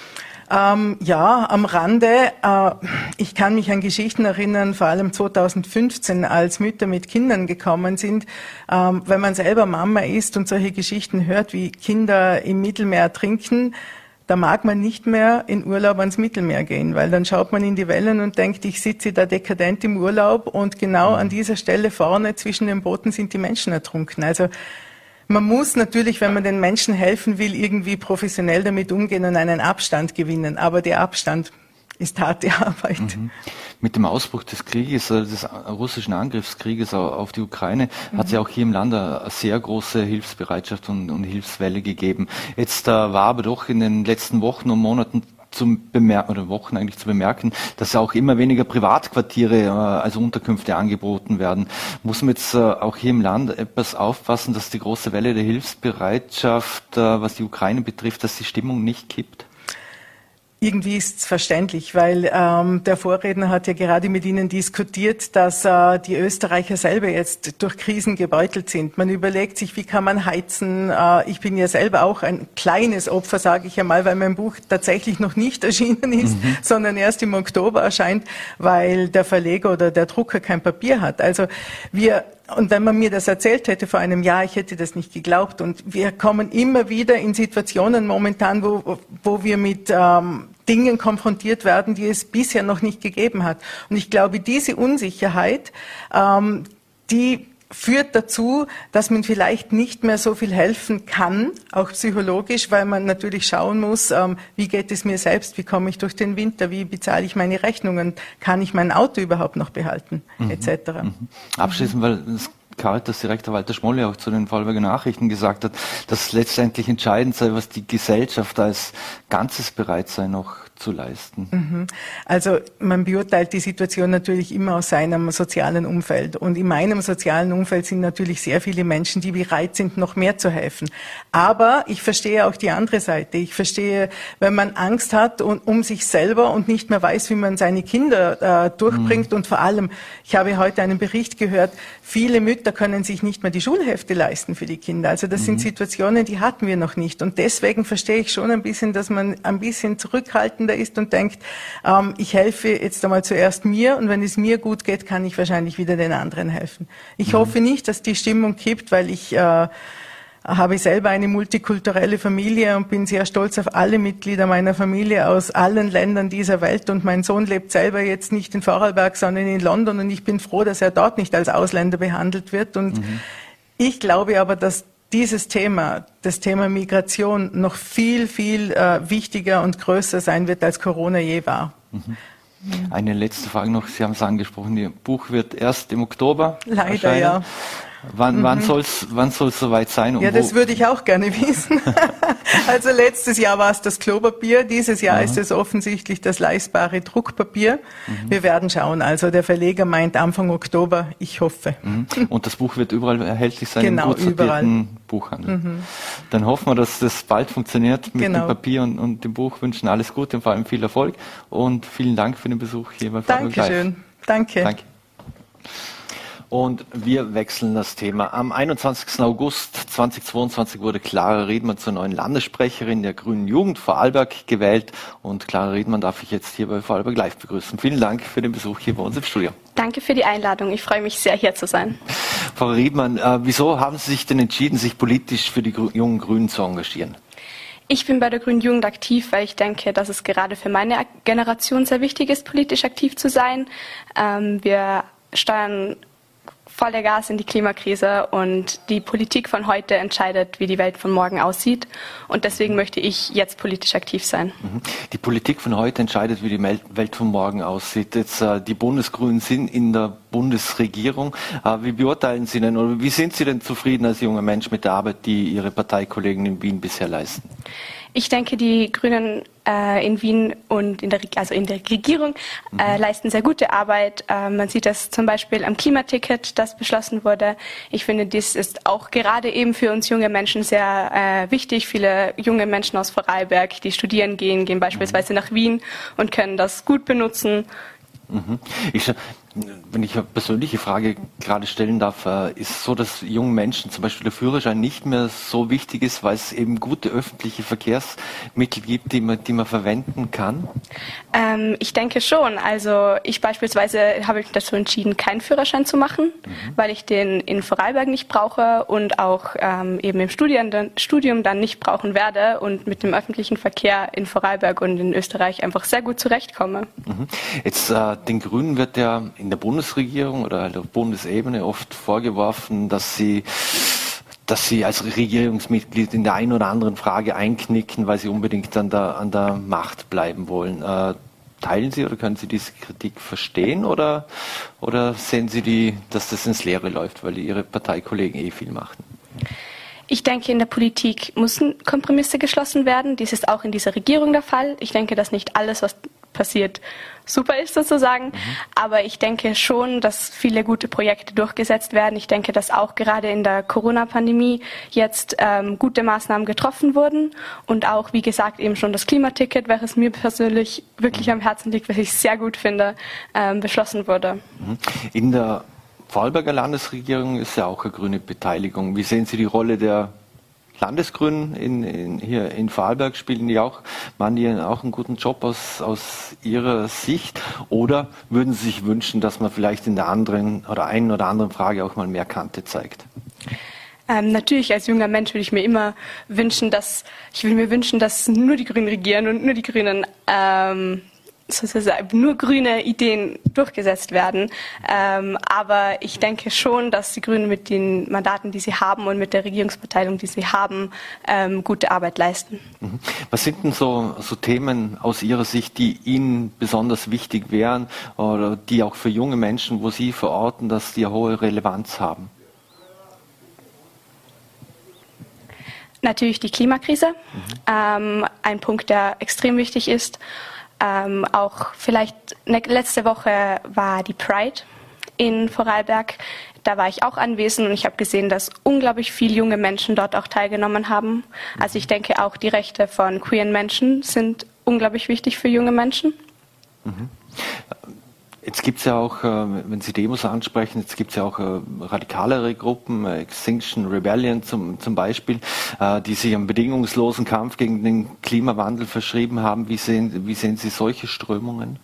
Ja, am Rande. Ich kann mich an Geschichten erinnern, vor allem 2015, als Mütter mit Kindern gekommen sind. Wenn man selber Mama ist und solche Geschichten hört, wie Kinder im Mittelmeer ertrinken, da mag man nicht mehr in Urlaub ans Mittelmeer gehen, weil dann schaut man in die Wellen und denkt, ich sitze da dekadent im Urlaub und genau an dieser Stelle vorne zwischen den Booten sind die Menschen ertrunken. Also man muss natürlich, wenn man den Menschen helfen will, irgendwie professionell damit umgehen und einen Abstand gewinnen. Aber der Abstand ist harte Arbeit. Mit dem Ausbruch des Krieges, des russischen Angriffskrieges auf die Ukraine, hat es ja auch hier im Land eine sehr große Hilfsbereitschaft und Hilfswelle gegeben. Jetzt war aber doch in den letzten Wochen und Monaten zu bemerken, dass auch immer weniger Privatquartiere, also Unterkünfte angeboten werden. Muss man jetzt auch hier im Land etwas aufpassen, dass die große Welle der Hilfsbereitschaft, was die Ukraine betrifft, dass die Stimmung nicht kippt? Irgendwie ist es verständlich, weil der Vorredner hat ja gerade mit Ihnen diskutiert, dass die Österreicher selber jetzt durch Krisen gebeutelt sind. Man überlegt sich, wie kann man heizen. Ich bin ja selber auch ein kleines Opfer, sage ich einmal, weil mein Buch tatsächlich noch nicht erschienen ist, sondern erst im Oktober erscheint, weil der Verleger oder der Drucker kein Papier hat. Also und wenn man mir das erzählt hätte vor einem Jahr, ich hätte das nicht geglaubt. Und wir kommen immer wieder in Situationen momentan, wo wir mit Dingen konfrontiert werden, die es bisher noch nicht gegeben hat. Und ich glaube, diese Unsicherheit, die führt dazu, dass man vielleicht nicht mehr so viel helfen kann, auch psychologisch, weil man natürlich schauen muss, wie geht es mir selbst, wie komme ich durch den Winter, wie bezahle ich meine Rechnungen, kann ich mein Auto überhaupt noch behalten, etc. Abschließend, weil das Caritas-Direktor Walter Schmolle auch zu den Vorarlberger Nachrichten gesagt hat, dass es letztendlich entscheidend sei, was die Gesellschaft als Ganzes bereit sei, noch zu leisten. Also man beurteilt die Situation natürlich immer aus seinem sozialen Umfeld. Und in meinem sozialen Umfeld sind natürlich sehr viele Menschen, die bereit sind, noch mehr zu helfen. Aber ich verstehe auch die andere Seite. Ich verstehe, wenn man Angst hat um sich selber und nicht mehr weiß, wie man seine Kinder durchbringt. Und vor allem, ich habe heute einen Bericht gehört, viele Mütter können sich nicht mehr die Schulhefte leisten für die Kinder. Also das sind Situationen, die hatten wir noch nicht. Und deswegen verstehe ich schon ein bisschen, dass man ein bisschen zurückhaltender ist und denkt, ich helfe jetzt einmal zuerst mir und wenn es mir gut geht, kann ich wahrscheinlich wieder den anderen helfen. Ich hoffe nicht, dass die Stimmung kippt, weil ich habe selber eine multikulturelle Familie und bin sehr stolz auf alle Mitglieder meiner Familie aus allen Ländern dieser Welt. Und mein Sohn lebt selber jetzt nicht in Vorarlberg, sondern in London. Und ich bin froh, dass er dort nicht als Ausländer behandelt wird. Und ich glaube aber, dass dieses Thema, das Thema Migration, noch viel, viel wichtiger und größer sein wird, als Corona je war. Eine letzte Frage noch. Sie haben es angesprochen, Ihr Buch wird erst im Oktober Leider, erscheinen. ja. Wann soll's soweit sein? Ja, das würde ich auch gerne wissen. Also letztes Jahr war es das Klopapier, dieses Jahr ist es offensichtlich das leistbare Druckpapier. Wir werden schauen. Also der Verleger meint Anfang Oktober, ich hoffe. Und das Buch wird überall erhältlich sein, genau, im gut sortierten Buchhandel. Dann hoffen wir, dass das bald funktioniert mit dem Papier und dem Buch. Wünschen alles Gute und vor allem viel Erfolg. Und vielen Dank für den Besuch hier bei Vorarlberg Live. Dankeschön. Danke. Und wir wechseln das Thema. Am 21. August 2022 wurde Clara Riedmann zur neuen Landessprecherin der Grünen Jugend Vorarlberg gewählt. Und Clara Riedmann darf ich jetzt hier bei Vorarlberg Live begrüßen. Vielen Dank für den Besuch hier bei uns im Studio. Danke für die Einladung. Ich freue mich sehr, hier zu sein. Frau Riedmann, wieso haben Sie sich denn entschieden, sich politisch für die jungen Grünen zu engagieren? Ich bin bei der Grünen Jugend aktiv, weil ich denke, dass es gerade für meine Generation sehr wichtig ist, politisch aktiv zu sein. Wir steuern voller Gas in die Klimakrise und die Politik von heute entscheidet, wie die Welt von morgen aussieht. Und deswegen möchte ich jetzt politisch aktiv sein. Die Politik von heute entscheidet, wie die Welt von morgen aussieht. Jetzt, die Bundesgrünen sind in der Bundesregierung. Wie beurteilen Sie denn oder wie sind Sie denn zufrieden als junger Mensch mit der Arbeit, die Ihre Parteikollegen in Wien bisher leisten? Ich denke, die Grünen in Wien und in der Regierung leisten sehr gute Arbeit. Man sieht das zum Beispiel am Klimaticket, das beschlossen wurde. Ich finde, dies ist auch gerade eben für uns junge Menschen sehr wichtig. Viele junge Menschen aus Vorarlberg, die studieren gehen beispielsweise nach Wien und können das gut benutzen. Wenn ich eine persönliche Frage gerade stellen darf, ist es so, dass jungen Menschen zum Beispiel der Führerschein nicht mehr so wichtig ist, weil es eben gute öffentliche Verkehrsmittel gibt, die man verwenden kann? Ich denke schon. Also ich beispielsweise habe mich dazu entschieden, keinen Führerschein zu machen, weil ich den in Vorarlberg nicht brauche und auch eben im Studium dann nicht brauchen werde und mit dem öffentlichen Verkehr in Vorarlberg und in Österreich einfach sehr gut zurechtkomme. Jetzt den Grünen wird ja in der Bundesregierung oder halt auf Bundesebene oft vorgeworfen, dass sie als Regierungsmitglied in der einen oder anderen Frage einknicken, weil sie unbedingt an der Macht bleiben wollen. Teilen Sie oder können Sie diese Kritik verstehen oder sehen Sie dass das ins Leere läuft, weil Ihre Parteikollegen viel machen? Ich denke, in der Politik müssen Kompromisse geschlossen werden. Dies ist auch in dieser Regierung der Fall. Ich denke, dass nicht alles, was passiert, super ist sozusagen. Aber ich denke schon, dass viele gute Projekte durchgesetzt werden. Ich denke, dass auch gerade in der Corona-Pandemie jetzt gute Maßnahmen getroffen wurden. Und auch, wie gesagt, eben schon das Klimaticket, welches mir persönlich wirklich am Herzen liegt, was ich sehr gut finde, beschlossen wurde. In der Vorarlberger Landesregierung ist ja auch eine grüne Beteiligung. Wie sehen Sie die Rolle der Landesgrünen hier in Vorarlberg? Machen die auch einen guten Job aus Ihrer Sicht? Oder würden Sie sich wünschen, dass man vielleicht in der einen oder anderen Frage auch mal mehr Kante zeigt? Natürlich, als junger Mensch würde ich mir immer wünschen, dass nur die Grünen regieren und nur die Grünen sozusagen nur grüne Ideen durchgesetzt werden. Aber ich denke schon, dass die Grünen mit den Mandaten, die sie haben und mit der Regierungsbeteiligung, die sie haben, gute Arbeit leisten. Was sind denn so Themen aus Ihrer Sicht, die Ihnen besonders wichtig wären oder die auch für junge Menschen, wo Sie verorten, dass die eine hohe Relevanz haben? Natürlich die Klimakrise, ein Punkt, der extrem wichtig ist. Auch vielleicht letzte Woche war die Pride in Vorarlberg. Da war ich auch anwesend und ich habe gesehen, dass unglaublich viele junge Menschen dort auch teilgenommen haben. Also ich denke auch die Rechte von queeren Menschen sind unglaublich wichtig für junge Menschen. Jetzt gibt es ja auch, wenn Sie Demos ansprechen, jetzt gibt es ja auch radikalere Gruppen, Extinction Rebellion zum Beispiel, die sich am bedingungslosen Kampf gegen den Klimawandel verschrieben haben. Wie sehen Sie solche Strömungen?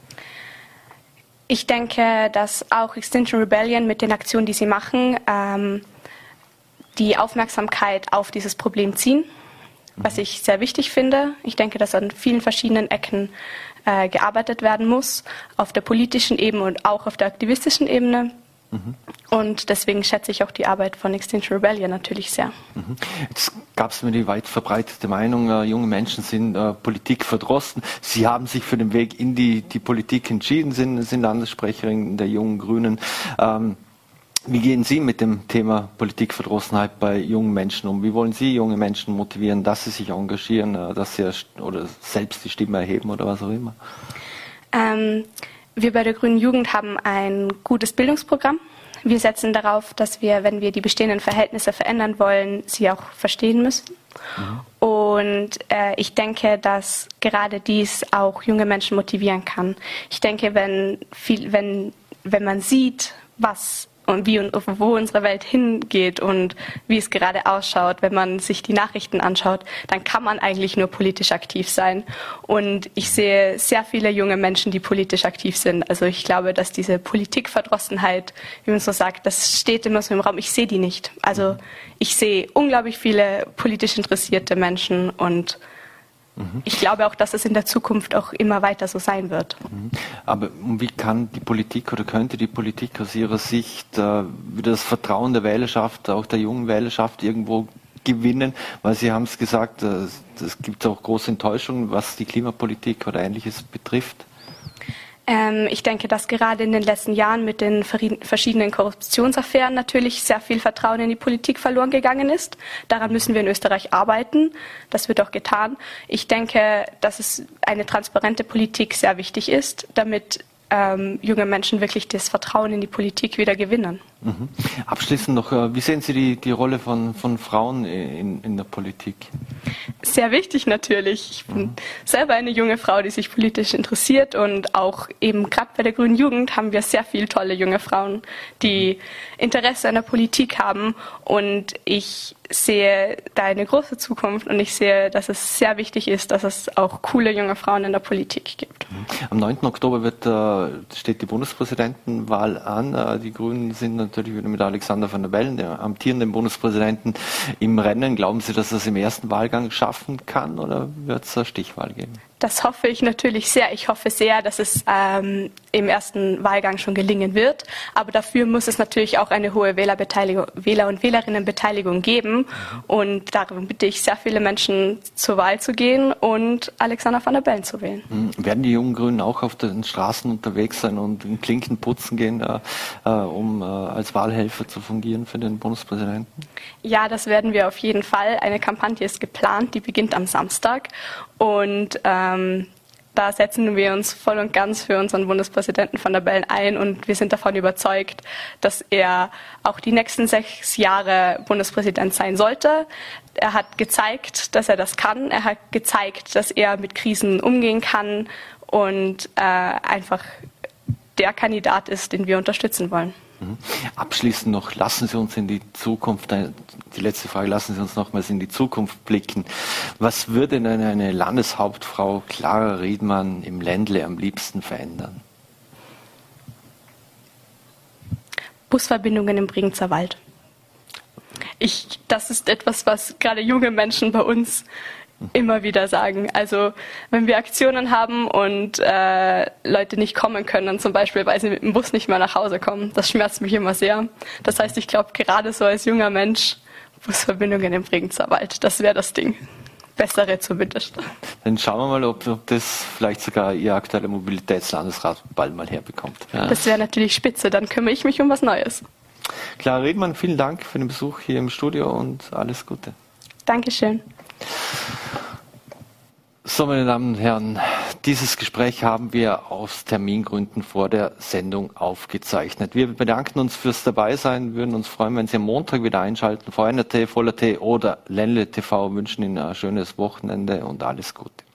Ich denke, dass auch Extinction Rebellion mit den Aktionen, die sie machen, die Aufmerksamkeit auf dieses Problem ziehen, was ich sehr wichtig finde. Ich denke, dass an vielen verschiedenen Ecken gearbeitet werden muss, auf der politischen Ebene und auch auf der aktivistischen Ebene. Und deswegen schätze ich auch die Arbeit von Extinction Rebellion natürlich sehr. Jetzt gab es mir die weit verbreitete Meinung, junge Menschen sind Politik verdrossen. Sie haben sich für den Weg in die Politik entschieden, sind Landessprecherin der Jungen Grünen. Wie gehen Sie mit dem Thema Politikverdrossenheit bei jungen Menschen um? Wie wollen Sie junge Menschen motivieren, dass sie sich engagieren, dass sie oder selbst die Stimme erheben oder was auch immer? Wir bei der Grünen Jugend haben ein gutes Bildungsprogramm. Wir setzen darauf, dass wir, wenn wir die bestehenden Verhältnisse verändern wollen, sie auch verstehen müssen. Und ich denke, dass gerade dies auch junge Menschen motivieren kann. Ich denke, wenn man sieht, was wo unsere Welt hingeht und wie es gerade ausschaut, wenn man sich die Nachrichten anschaut, dann kann man eigentlich nur politisch aktiv sein. Und ich sehe sehr viele junge Menschen, die politisch aktiv sind. Also ich glaube, dass diese Politikverdrossenheit, wie man so sagt, das steht immer so im Raum. Ich sehe die nicht. Also ich sehe unglaublich viele politisch interessierte Menschen und ich glaube auch, dass es in der Zukunft auch immer weiter so sein wird. Aber wie kann die Politik oder könnte die Politik aus Ihrer Sicht wieder das Vertrauen der Wählerschaft, auch der jungen Wählerschaft irgendwo gewinnen? Weil Sie haben es gesagt, es gibt auch große Enttäuschung, was die Klimapolitik oder Ähnliches betrifft. Ich denke, dass gerade in den letzten Jahren mit den verschiedenen Korruptionsaffären natürlich sehr viel Vertrauen in die Politik verloren gegangen ist. Daran müssen wir in Österreich arbeiten. Das wird auch getan. Ich denke, dass es eine transparente Politik sehr wichtig ist, damit junge Menschen wirklich das Vertrauen in die Politik wieder gewinnen. Abschließend noch, wie sehen Sie die Rolle von Frauen in der Politik? Sehr wichtig natürlich. Ich bin selber eine junge Frau, die sich politisch interessiert und auch eben gerade bei der Grünen Jugend haben wir sehr viele tolle junge Frauen, die Interesse an der Politik haben und ich sehe da eine große Zukunft und ich sehe, dass es sehr wichtig ist, dass es auch coole junge Frauen in der Politik gibt. Am 9. Oktober steht die Bundespräsidentenwahl an. Die Grünen sind natürlich wieder mit Alexander Van der Bellen, dem amtierenden Bundespräsidenten, im Rennen. Glauben Sie, dass er es im ersten Wahlgang schaffen kann oder wird es eine Stichwahl geben? Das hoffe ich natürlich sehr. Ich hoffe sehr, dass es im ersten Wahlgang schon gelingen wird. Aber dafür muss es natürlich auch eine hohe Wähler- und Wählerinnenbeteiligung geben. Und darum bitte ich sehr viele Menschen zur Wahl zu gehen und Alexander Van der Bellen zu wählen. Werden die jungen Grünen auch auf den Straßen unterwegs sein und in Klinken putzen gehen, um als Wahlhelfer zu fungieren für den Bundespräsidenten? Ja, das werden wir auf jeden Fall. Eine Kampagne ist geplant, die beginnt am Samstag. Und da setzen wir uns voll und ganz für unseren Bundespräsidenten Van der Bellen ein und wir sind davon überzeugt, dass er auch die nächsten 6 Jahre Bundespräsident sein sollte. Er hat gezeigt, dass er das kann. Er hat gezeigt, dass er mit Krisen umgehen kann und einfach der Kandidat ist, den wir unterstützen wollen. Abschließend noch, lassen Sie uns in die Zukunft, die letzte Frage, lassen Sie uns nochmals in die Zukunft blicken. Was würde denn eine Landeshauptfrau Clara Riedmann im Ländle am liebsten verändern? Busverbindungen im Bregenzer Wald. Das ist etwas, was gerade junge Menschen bei uns immer wieder sagen. Also wenn wir Aktionen haben und Leute nicht kommen können, zum Beispiel, weil sie mit dem Bus nicht mehr nach Hause kommen, das schmerzt mich immer sehr. Das heißt, ich glaube, gerade so als junger Mensch, Busverbindungen im Bregenzer Wald, das wäre das Ding. Bessere zumindest. Dann schauen wir mal, ob das vielleicht sogar Ihr aktueller Mobilitätslandesrat bald mal herbekommt. Ja. Das wäre natürlich spitze, dann kümmere ich mich um was Neues. Clara Riedmann, vielen Dank für den Besuch hier im Studio und alles Gute. Dankeschön. So, meine Damen und Herren, dieses Gespräch haben wir aus Termingründen vor der Sendung aufgezeichnet. Wir bedanken uns fürs Dabeisein, würden uns freuen, wenn Sie am Montag wieder einschalten. VNRT, Voller T oder Ländle TV wünschen Ihnen ein schönes Wochenende und alles Gute.